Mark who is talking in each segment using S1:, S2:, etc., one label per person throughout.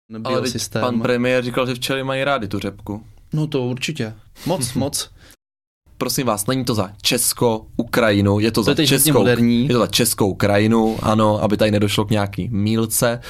S1: biosystém.
S2: Ale pan premiér říkal, že včely mají rádi tu řepku.
S1: No to určitě. Moc.
S2: Prosím vás, není to za Česko-Ukrajinu, je to za českou krajinu, ano, aby tady nedošlo k nějaký mýlce.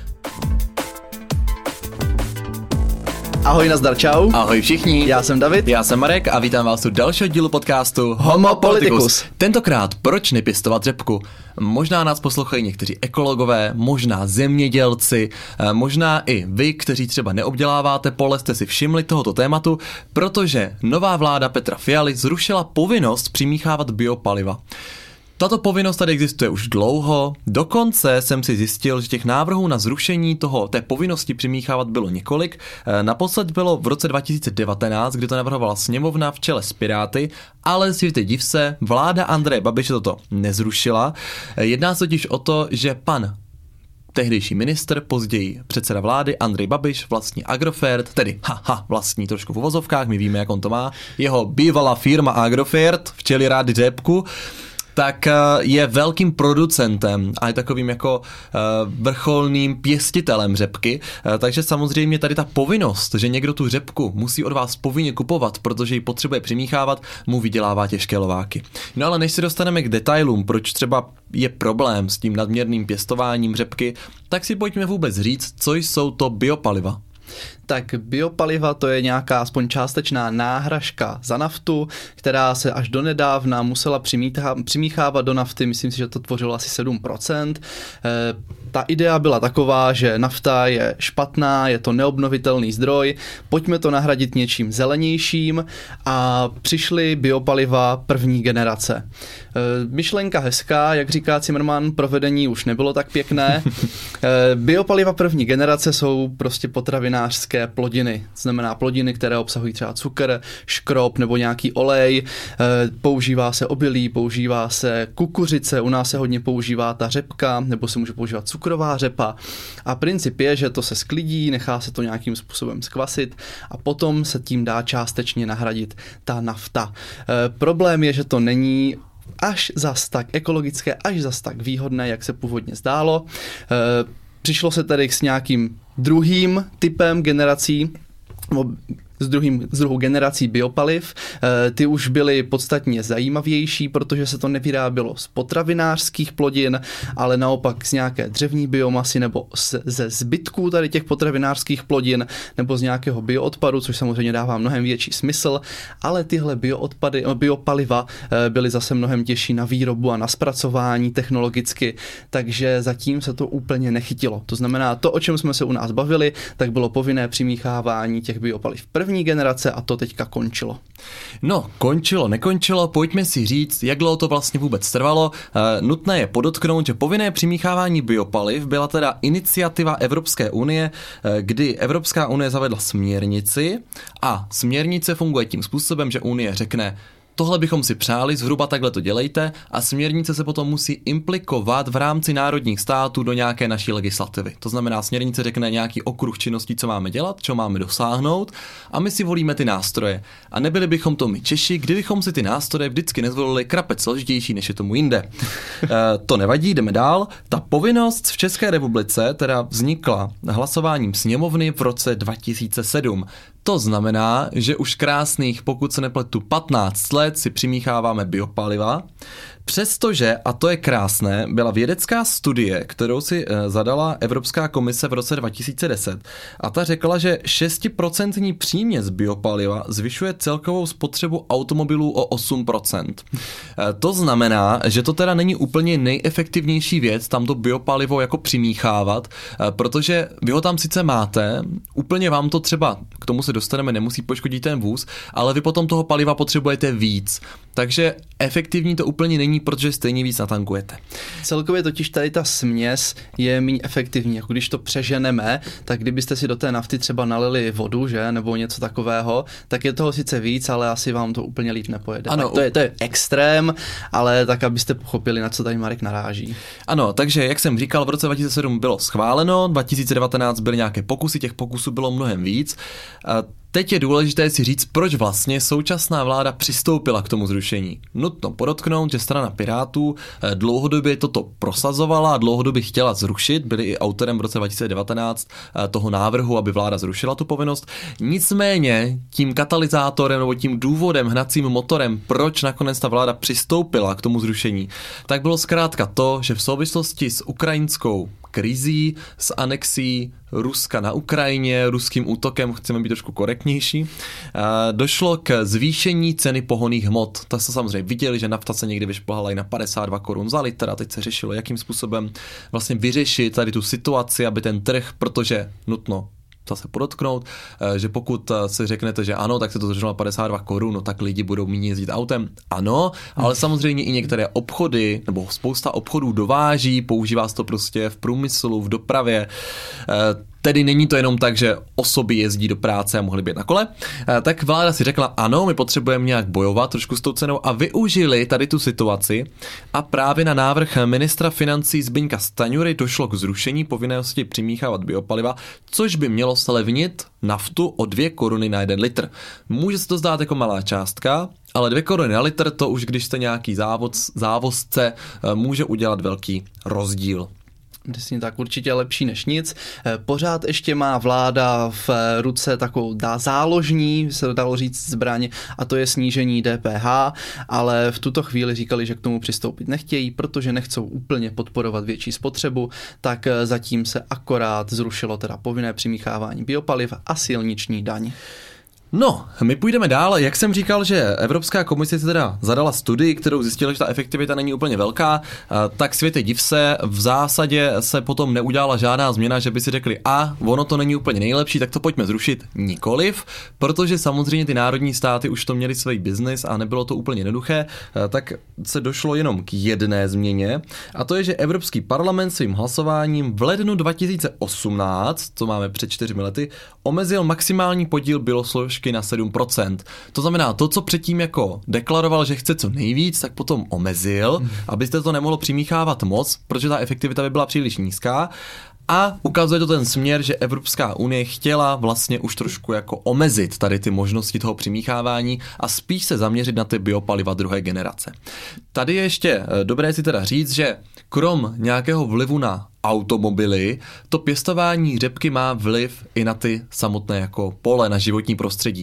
S1: Ahoj, nazdar, čau.
S2: Ahoj všichni.
S1: Já jsem David.
S2: Já jsem Marek a vítám vás u dalšího dílu podcastu
S1: Homo Politicus.
S2: Tentokrát proč nepěstovat řepku? Možná nás poslouchají někteří ekologové, možná zemědělci, možná i vy, kteří třeba neobděláváte pole, jste si všimli tohoto tématu, protože nová vláda Petra Fialy zrušila povinnost přimíchávat biopaliva. Tato povinnost tady existuje už dlouho, dokonce jsem si zjistil, že těch návrhů na zrušení té povinnosti přimíchávat bylo několik. Naposled bylo v roce 2019, kdy to navrhovala sněmovna v čele s Piráty, ale světe div se, vláda Andreje Babiše toto nezrušila. Jedná se totiž o to, že pan tehdejší ministr, později předseda vlády Andrej Babiš vlastní Agrofert, tedy vlastní trošku v uvozovkách, my víme, jak on to má, jeho bývalá firma Agrofert, včely rády řepku, tak je velkým producentem a je takovým jako vrcholným pěstitelem řepky, takže samozřejmě tady ta povinnost, že někdo tu řepku musí od vás povinně kupovat, protože ji potřebuje přimíchávat, mu vydělává těžké lováky. No ale než se dostaneme k detailům, proč třeba je problém s tím nadměrným pěstováním řepky, tak si pojďme vůbec říct, co jsou to biopaliva.
S1: Tak biopaliva to je nějaká aspoň částečná náhražka za naftu, která se až donedávna musela přimíchávat do nafty, myslím si, že to tvořilo asi 7%. Ta idea byla taková, že nafta je špatná, je to neobnovitelný zdroj, pojďme to nahradit něčím zelenějším a přišly biopaliva první generace. Myšlenka hezká, jak říká Zimmermann, provedení už nebylo tak pěkné. Biopaliva první generace jsou prostě potravinářské plodiny, znamená plodiny, které obsahují třeba cukr, škrob nebo nějaký olej, používá se obilí, používá se kukuřice, u nás se hodně používá ta řepka, nebo se může používat cukrová řepa a princip je, že to se sklidí, nechá se to nějakým způsobem zkvasit a potom se tím dá částečně nahradit ta nafta. Problém je, že to není až zas tak ekologické, až zas tak výhodné, jak se původně zdálo. Přišlo se tedy s nějakým druhým typem generací, s druhou generací biopaliv. Ty už byly podstatně zajímavější, protože se to nevyrábělo z potravinářských plodin, ale naopak z nějaké dřevní biomasy nebo ze zbytků tady těch potravinářských plodin nebo z nějakého bioodpadu, což samozřejmě dává mnohem větší smysl, ale tyhle biopaliva byly zase mnohem těžší na výrobu a na zpracování technologicky, takže zatím se to úplně nechytilo. To znamená, to, o čem jsme se u nás bavili, tak bylo povinné přimíchávání těch biopaliv první generace a to teďka končilo.
S2: No, končilo, nekončilo, pojďme si říct, jak dlouho to vlastně vůbec trvalo. Nutné je podotknout, že povinné přimíchávání biopaliv byla teda iniciativa Evropské unie, kdy Evropská unie zavedla směrnici a směrnice funguje tím způsobem, že unie řekne, tohle bychom si přáli, zhruba takhle to dělejte a směrnice se potom musí implikovat v rámci národních států do nějaké naší legislativy. To znamená, směrnice řekne nějaký okruh činností, co máme dělat, co máme dosáhnout a my si volíme ty nástroje. A nebyli bychom to my Češi, kdybychom si ty nástroje vždycky nezvolili krapec složitější, než je tomu jinde. To nevadí, jdeme dál. Ta povinnost v České republice teda vznikla hlasováním sněmovny v roce 2007. To znamená, že už krásných, pokud se nepletu, 15 let si přimícháváme biopaliva, přestože, a to je krásné, byla vědecká studie, kterou si zadala Evropská komise v roce 2010 a ta řekla, že 6% příměs biopaliva zvyšuje celkovou spotřebu automobilů o 8%. To znamená, že to teda není úplně nejefektivnější věc tam to biopalivo jako přimíchávat, protože vy ho tam sice máte, úplně vám to třeba, k tomu se dostaneme, nemusí poškodit ten vůz, ale vy potom toho paliva potřebujete víc. Takže efektivní to úplně není, protože stejně víc natankujete.
S1: Celkově totiž tady ta směs je méně efektivní. Jako když to přeženeme, tak kdybyste si do té nafty třeba nalili vodu, že, nebo něco takového, tak je toho sice víc, ale asi vám to úplně líp nepojede.
S2: Ano,
S1: to je extrém, ale tak, abyste pochopili, na co tady Marek naráží.
S2: Ano, takže jak jsem říkal, v roce 2007 bylo schváleno, 2019 byly nějaké pokusy, těch pokusů bylo mnohem víc. teď je důležité si říct, proč vlastně současná vláda přistoupila k tomu zrušení. Nutno podotknout, že strana Pirátů dlouhodobě toto prosazovala a dlouhodobě chtěla zrušit, byli i autorem v roce 2019 toho návrhu, aby vláda zrušila tu povinnost. Nicméně tím katalyzátorem nebo tím důvodem, hnacím motorem, proč nakonec ta vláda přistoupila k tomu zrušení, tak bylo zkrátka to, že v souvislosti s ukrajinskou krizí, s anexí Ruska na Ukrajině, ruským útokem, chceme být trošku korektnější, došlo k zvýšení ceny pohonných hmot. Tak se samozřejmě viděli, že nafta se někdy vyšplhala i na 52 korun za litr a teď se řešilo, jakým způsobem vlastně vyřešit tady tu situaci, aby ten trh, protože nutno zase podotknout, že pokud si řeknete, že ano, tak se to zrušilo na 52 korun, no tak lidi budou méně jezdit autem. Ano, ale samozřejmě i některé obchody, nebo spousta obchodů dováží, používá se to prostě v průmyslu, v dopravě. Tedy není to jenom tak, že osoby jezdí do práce a mohly být na kole, tak vláda si řekla, ano, my potřebujeme nějak bojovat trošku s tou cenou a využili tady tu situaci a právě na návrh ministra financí Zbyňka Stanjury došlo k zrušení povinnosti přimíchávat biopaliva, což by mělo zlevnit naftu o 2 koruny na 1 litr. Může se to zdát jako malá částka, ale 2 koruny na litr, to už když jste nějaký závozce, může udělat velký rozdíl.
S1: Přesně tak, určitě lepší než nic. Pořád ještě má vláda v ruce takovou záložní, se dalo říct, zbraň, a to je snížení DPH, ale v tuto chvíli říkali, že k tomu přistoupit nechtějí, protože nechcou úplně podporovat větší spotřebu, tak zatím se akorát zrušilo teda povinné přimíchávání biopaliv a silniční daň.
S2: No, my půjdeme dál. Jak jsem říkal, že Evropská komise si teda zadala studii, kterou zjistila, že ta efektivita není úplně velká, tak světe div se, v zásadě se potom neudělala žádná změna, že by si řekli, ono to není úplně nejlepší, tak to pojďme zrušit. Nikoliv, protože samozřejmě ty národní státy už to měli svůj biznis a nebylo to úplně jednoduché, tak se došlo jenom k jedné změně, a to je, že Evropský parlament svým hlasováním v lednu 2018, co máme před 4 lety, omezil maximální podíl biosložky na 7%. To znamená, to, co předtím jako deklaroval, že chce co nejvíc, tak potom omezil, abyste to nemohlo přimíchávat moc, protože ta efektivita by byla příliš nízká. A ukazuje to ten směr, že Evropská unie chtěla vlastně už trošku jako omezit tady ty možnosti toho přimíchávání a spíš se zaměřit na ty biopaliva druhé generace. Tady je ještě dobré si teda říct, že krom nějakého vlivu na automobily, to pěstování řepky má vliv i na ty samotné jako pole, na životní prostředí.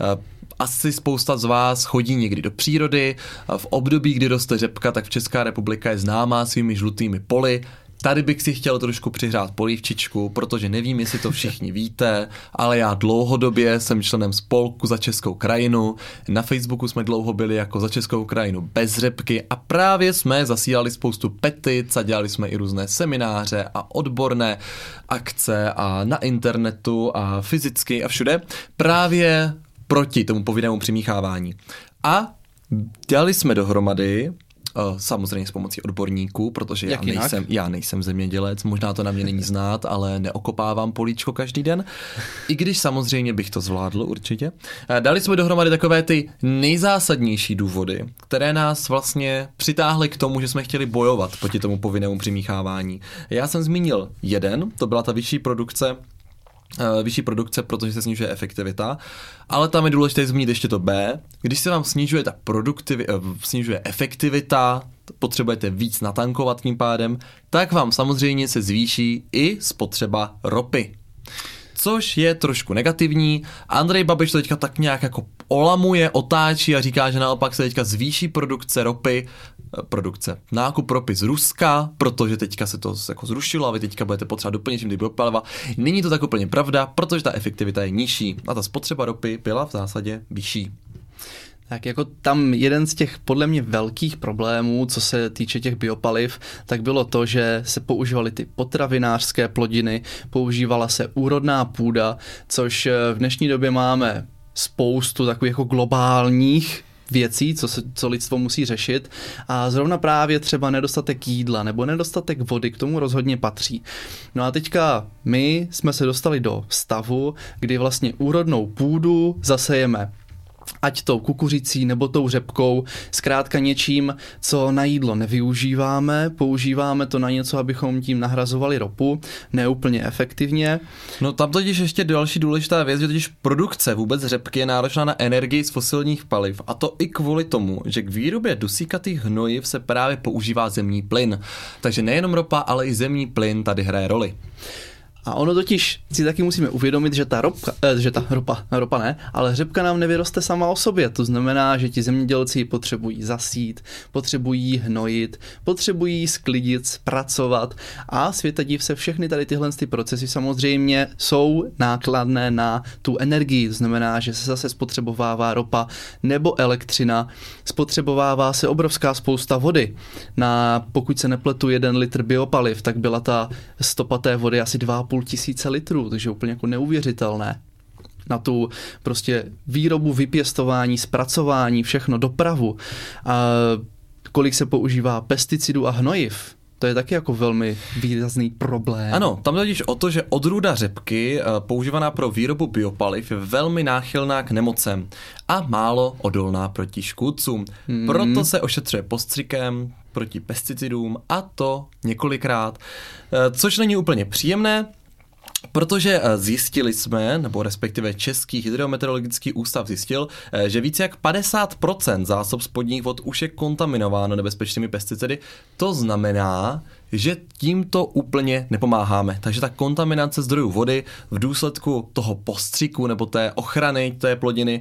S2: Asi spousta z vás chodí někdy do přírody. V období, kdy roste řepka, tak v Česká republika je známá svými žlutými poli. Tady bych si chtěl trošku přihrát polívčičku, protože nevím, jestli to všichni víte, ale já dlouhodobě jsem členem spolku Za českou krajinu. Na Facebooku jsme dlouho byli jako Za českou krajinu bez řepky a právě jsme zasílali spoustu petic a dělali jsme i různé semináře a odborné akce a na internetu a fyzicky a všude právě proti tomu povinnému přimíchávání. A dělali jsme dohromady, samozřejmě s pomocí odborníků, protože já nejsem zemědělec, možná to na mě není znát, ale neokopávám políčko každý den, i když samozřejmě bych to zvládl určitě. Dali jsme dohromady takové ty nejzásadnější důvody, které nás vlastně přitáhly k tomu, že jsme chtěli bojovat proti tomu povinnému přimíchávání. Já jsem zmínil jeden, to byla ta vyšší produkce, protože se snižuje efektivita, ale tam je důležité zmínit ještě to B. Když se vám snižuje efektivita, potřebujete víc natankovat tím pádem, tak vám samozřejmě se zvýší i spotřeba ropy. Což je trošku negativní. Andrej Babiš to teďka tak nějak jako olamuje, otáčí a říká, že naopak se teďka zvýší nákup ropy z Ruska, protože teďka se to jako zrušilo a vy teďka budete potřebovat doplnit tím ty biopaliva. Není to tak úplně pravda, protože ta efektivita je nižší a ta spotřeba ropy byla v zásadě vyšší.
S1: Tak jako tam jeden z těch podle mě velkých problémů, co se týče těch biopaliv, tak bylo to, že se používaly ty potravinářské plodiny, používala se úrodná půda, což v dnešní době máme spoustu takových jako globálních věcí, co lidstvo musí řešit, a zrovna právě třeba nedostatek jídla nebo nedostatek vody k tomu rozhodně patří. No a teďka my jsme se dostali do stavu, kdy vlastně úrodnou půdu zasejeme ať tou kukuřicí nebo tou řepkou, zkrátka něčím, co na jídlo nevyužíváme, používáme to na něco, abychom tím nahrazovali ropu, neúplně efektivně.
S2: No tam totiž ještě další důležitá věc, že totiž produkce vůbec řepky je náročná na energii z fosilních paliv, a to i kvůli tomu, že k výrobě dusíkatých hnojiv se právě používá zemní plyn. Takže nejenom ropa, ale i zemní plyn tady hraje roli.
S1: A ono totiž si taky musíme uvědomit, že ropa ne, ale řepka nám nevyroste sama o sobě. To znamená, že ti zemědělci potřebují zasít, potřebují hnojit, potřebují sklidit, zpracovat a světa div se všechny tady tyhle procesy samozřejmě jsou nákladné na tu energii. To znamená, že se zase spotřebovává ropa nebo elektřina, spotřebovává se obrovská spousta vody. Pokud se nepletu 1 litr biopaliv, tak byla ta stopa té vody asi 2,5 tisíce litrů, takže úplně jako neuvěřitelné. Na tu prostě výrobu, vypěstování, zpracování, všechno, dopravu. A kolik se používá pesticidů a hnojiv, to je taky jako velmi výrazný problém.
S2: Ano, tam totiž o to, že odrůda řepky používaná pro výrobu biopaliv je velmi náchylná k nemocem a málo odolná proti škůdcům. Proto se ošetřuje postřikem proti pesticidům, a to několikrát, což není úplně příjemné, protože zjistili jsme, nebo respektive Český hydrometeorologický ústav zjistil, že více jak 50% zásob spodních vod už je kontaminováno nebezpečnými pesticidy. To znamená, že tímto úplně nepomáháme. Takže ta kontaminace zdrojů vody v důsledku toho postřiku nebo té ochrany té plodiny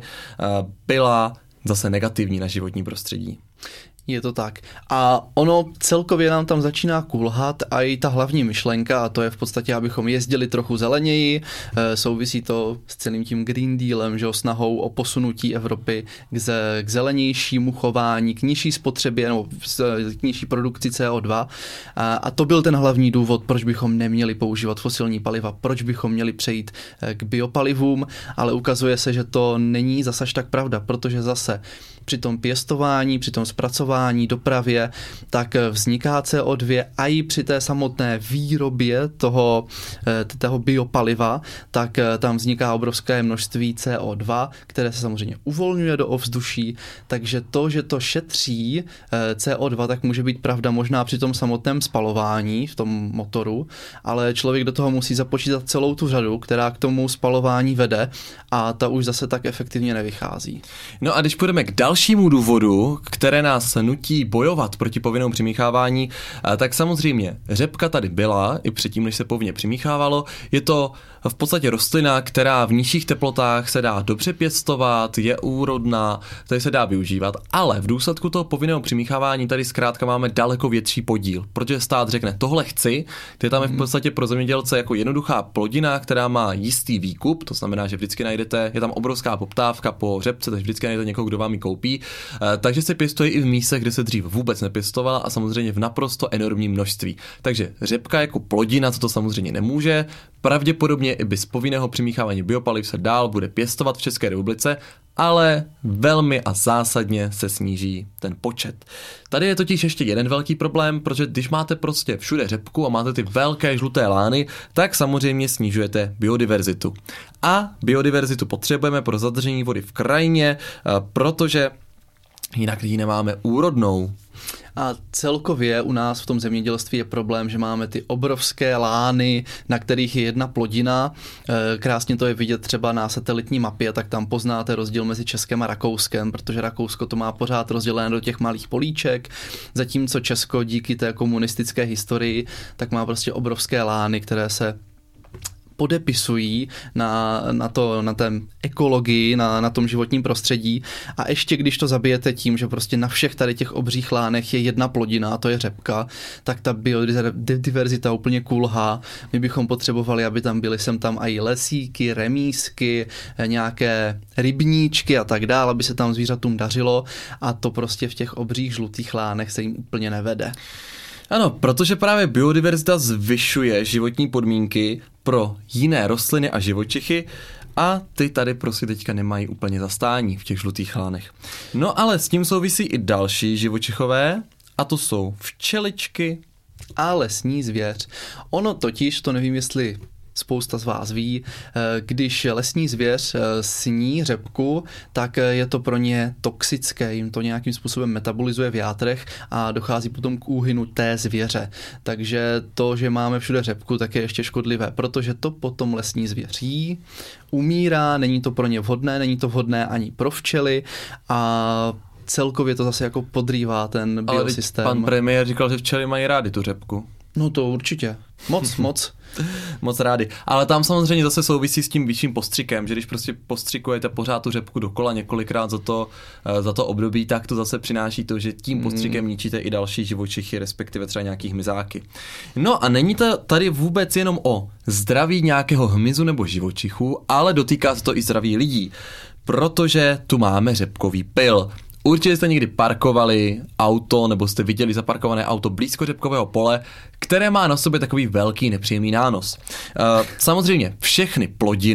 S2: byla zase negativní na životní prostředí.
S1: Je to tak. A ono celkově nám tam začíná kulhat a i ta hlavní myšlenka, a to je v podstatě, abychom jezdili trochu zeleněji, souvisí to s celým tím Green Dealem, že snahou o posunutí Evropy k zelenějšímu chování, k nižší spotřebě nebo k nižší produkci CO2. A to byl ten hlavní důvod, proč bychom neměli používat fosilní paliva, proč bychom měli přejít k biopalivům, ale ukazuje se, že to není zas až tak pravda, protože zase při tom pěstování, při tom zpracování, dopravě, tak vzniká CO2 a i při té samotné výrobě toho biopaliva, tak tam vzniká obrovské množství CO2, které se samozřejmě uvolňuje do ovzduší, takže to, že to šetří CO2, tak může být pravda možná při tom samotném spalování v tom motoru, ale člověk do toho musí započítat celou tu řadu, která k tomu spalování vede a ta už zase tak efektivně nevychází.
S2: No a když půjdeme k dalšímu důvodu, které nás nutí bojovat proti povinnému přimíchávání, tak samozřejmě řepka tady byla i předtím, než se povinně přimíchávalo. Je to v podstatě rostlina, která v nižších teplotách se dá dobře pěstovat, je úrodná, tady se dá využívat, ale v důsledku toho povinného přimíchávání tady zkrátka máme daleko větší podíl, protože stát řekne, tohle chci, to je tam v podstatě pro zemědělce jako jednoduchá plodina, která má jistý výkup, to znamená, že vždycky najdete, je tam obrovská poptávka po řepce, takže vždycky najdete někoho, kdo vám ji koupí, takže se pěstuje i v místech, kde se dřív vůbec nepěstovala a samozřejmě v naprosto enormním množství. Takže řepka jako plodina to samozřejmě nemůže, pravděpodobně i bez povinného přimíchávání biopaliv se dál bude pěstovat v České republice, ale velmi a zásadně se sníží ten počet. Tady je totiž ještě jeden velký problém, protože když máte prostě všude řepku a máte ty velké žluté lány, tak samozřejmě snižujete biodiverzitu. A biodiverzitu potřebujeme pro zadržení vody v krajině, protože jinak ji nemáme úrodnou.
S1: A celkově u nás v tom zemědělství je problém, že máme ty obrovské lány, na kterých je jedna plodina. Krásně to je vidět třeba na satelitní mapě, tak tam poznáte rozdíl mezi Českem a Rakouskem, protože Rakousko to má pořád rozdělené do těch malých políček, zatímco Česko díky té komunistické historii tak má prostě obrovské lány, které se podepisují na té ekologii, na tom životním prostředí a ještě když to zabijete tím, že prostě na všech tady těch obřích lánech je jedna plodina, a to je řepka, tak ta biodiverzita úplně kulhá. My bychom potřebovali, aby tam byly sem tam i lesíky, remísky, nějaké rybníčky a tak dále, aby se tam zvířatům dařilo a to prostě v těch obřích žlutých lánech se jim úplně nevede.
S2: Ano, protože právě biodiverzita zvyšuje životní podmínky pro jiné rostliny a živočichy a ty tady prostě teďka nemají úplně zastání v těch žlutých lánech. No ale s tím souvisí i další živočichové a to jsou včeličky
S1: a lesní zvěř. Ono totiž, to nevím, jestli spousta z vás ví, když lesní zvěř sní řepku, tak je to pro ně toxické, jim to nějakým způsobem metabolizuje v játrech a dochází potom k úhynu té zvěře. Takže to, že máme všude řepku, tak je ještě škodlivé, protože to potom lesní zvěř jí, umírá, není to pro ně vhodné, není to vhodné ani pro včely a celkově to zase jako podrývá ten biosystém.
S2: Ale pan premiér říkal, že včely mají rády tu řepku.
S1: No to určitě. Moc.
S2: Moc rádi. Ale tam samozřejmě zase souvisí s tím vyšším postřikem, že když prostě postřikujete pořád tu řepku dokola několikrát za to období, tak to zase přináší to, že tím postřikem ničíte i další živočichy, respektive třeba nějaký hmyzáky. No a není to tady vůbec jenom o zdraví nějakého hmyzu nebo živočichu, ale dotýká se to i zdraví lidí, protože tu máme řepkový pyl. Určitě jste někdy parkovali auto, nebo jste viděli zaparkované auto blízko řepkového pole, které má na sobě takový velký nepříjemný nános. Samozřejmě všechny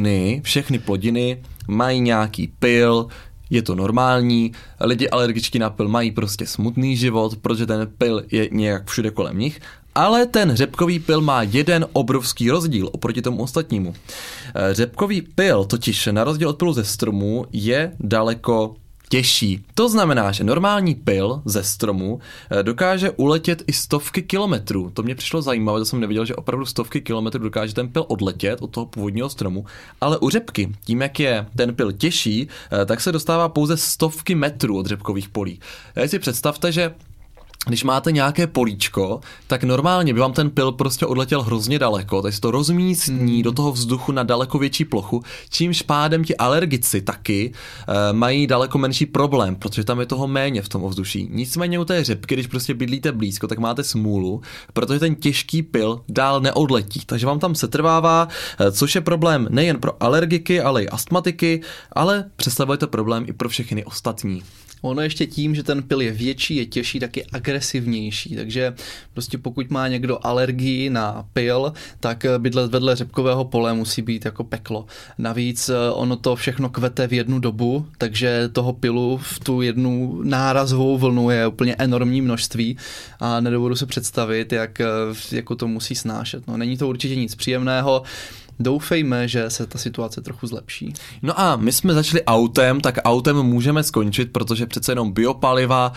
S2: plodiny mají nějaký pyl, je to normální, lidi alergičtí na pyl mají prostě smutný život, protože ten pyl je nějak všude kolem nich, ale ten řepkový pyl má jeden obrovský rozdíl oproti tomu ostatnímu. Řepkový pyl totiž na rozdíl od pylu ze stromu je daleko těžší. To znamená, že normální pyl ze stromu dokáže uletět i stovky kilometrů. To mě přišlo zajímavé, to jsem nevěděl, že opravdu stovky kilometrů dokáže ten pyl odletět od toho původního stromu, ale u řepky, tím jak je ten pyl těžší, tak se dostává pouze stovky metrů od řepkových polí. Si představte, že když máte nějaké políčko, tak normálně by vám ten pyl prostě odletěl hrozně daleko, takže se to rozmístní do toho vzduchu na daleko větší plochu, čímž pádem ti alergici taky mají daleko menší problém, protože tam je toho méně v tom ovzduší. Nicméně u té řepky, když prostě bydlíte blízko, tak máte smůlu, protože ten těžký pyl dál neodletí, takže vám tam setrvává, což je problém nejen pro alergiky, ale i astmatiky, ale představuje to problém i pro všechny ostatní.
S1: Ono ještě tím, že ten pyl je větší, je těžší, tak je agresivnější, takže prostě pokud má někdo alergii na pyl, tak bydlet vedle řepkového pole musí být jako peklo. Navíc ono to všechno kvete v jednu dobu, takže toho pylu v tu jednu nárazovou vlnu je úplně enormní množství a nedovedu se představit, jak jako to musí snášet. No, není to určitě nic příjemného. Doufejme, že se ta situace trochu zlepší.
S2: No a my jsme začali autem, tak autem můžeme skončit, protože přece jenom biopaliva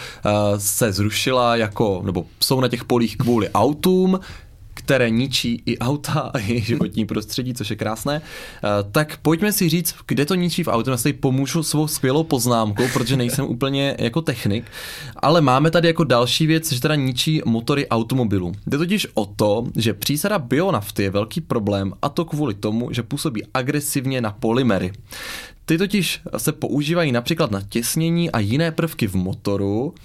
S2: se zrušila nebo jsou na těch polích kvůli autům, které ničí i auta a i životní prostředí, což je krásné. Tak pojďme si říct, kde to ničí v autě. Já si pomůžu svou skvělou poznámkou, protože nejsem úplně jako technik, ale máme tady jako další věc, že teda ničí motory automobilů. Jde totiž o to, že přísada bionafty je velký problém a to kvůli tomu, že působí agresivně na polymery. Ty totiž se používají například na těsnění a jiné prvky v motoru,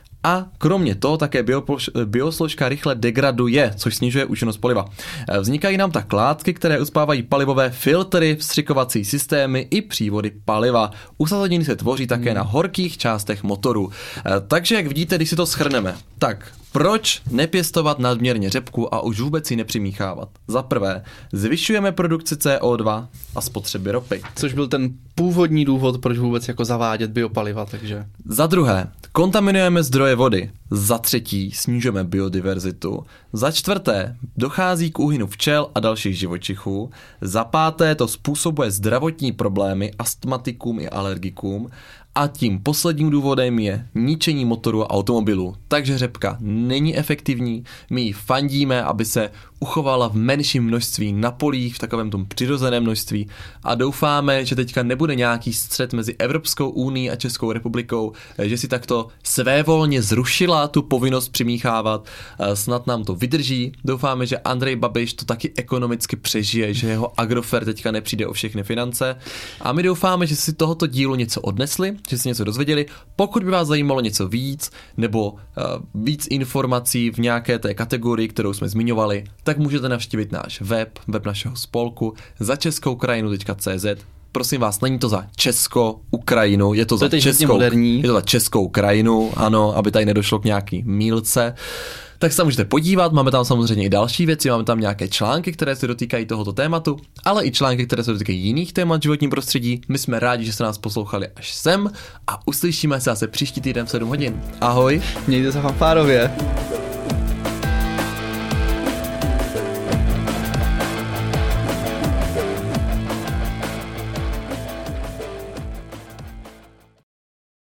S2: a kromě toho také biosložka rychle degraduje, což snižuje účinnost paliva. Vznikají nám tak látky, které uspávají palivové filtry, vstřikovací systémy i přívody paliva. Usazeniny se tvoří také na horkých částech motoru. Takže jak vidíte, když si to shrneme, tak proč nepěstovat nadměrně řepku a už vůbec ji nepřimíchávat? Za prvé, zvyšujeme produkci CO2 a spotřeby ropy.
S1: Což byl ten původní důvod, proč vůbec jako zavádět biopaliva, takže.
S2: Za druhé, kontaminujeme zdroje vody. Za třetí, snižujeme biodiverzitu. Za čtvrté, dochází k úhynu včel a dalších živočichů. Za páté, to způsobuje zdravotní problémy astmatikům i alergikům. A tím posledním důvodem je ničení motoru a automobilu. Takže řepka není efektivní, my ji fandíme, aby se uchovala v menším množství na polích, v takovém tom přirozeném množství a doufáme, že teďka nebude nějaký střet mezi Evropskou unií a Českou republikou, že si takto svévolně zrušila tu povinnost přimíchávat, snad nám to vydrží. Doufáme, že Andrej Babiš to taky ekonomicky přežije, že jeho Agrofert teďka nepřijde o všechny finance a my doufáme, že si tohoto dílu něco odnesli, že si něco dozvěděli. Pokud by vás zajímalo něco víc nebo víc informací v nějaké té kategorii, kterou jsme zmiňovali, tak můžete navštívit náš web našeho spolku začeskoukrajinu.cz. Prosím vás, není to za Česko-Ukrajinu, je to za Českou krajinu, ano, aby tady nedošlo k nějaký mýlce. Tak se můžete podívat, máme tam samozřejmě i další věci, máme tam nějaké články, které se dotýkají tohoto tématu, ale i články, které se dotýkají jiných témat životní prostředí. My jsme rádi, že jste nás poslouchali až sem a uslyšíme se zase příští týden v 7 hodin. Ahoj!
S1: Mějte se fanfárově!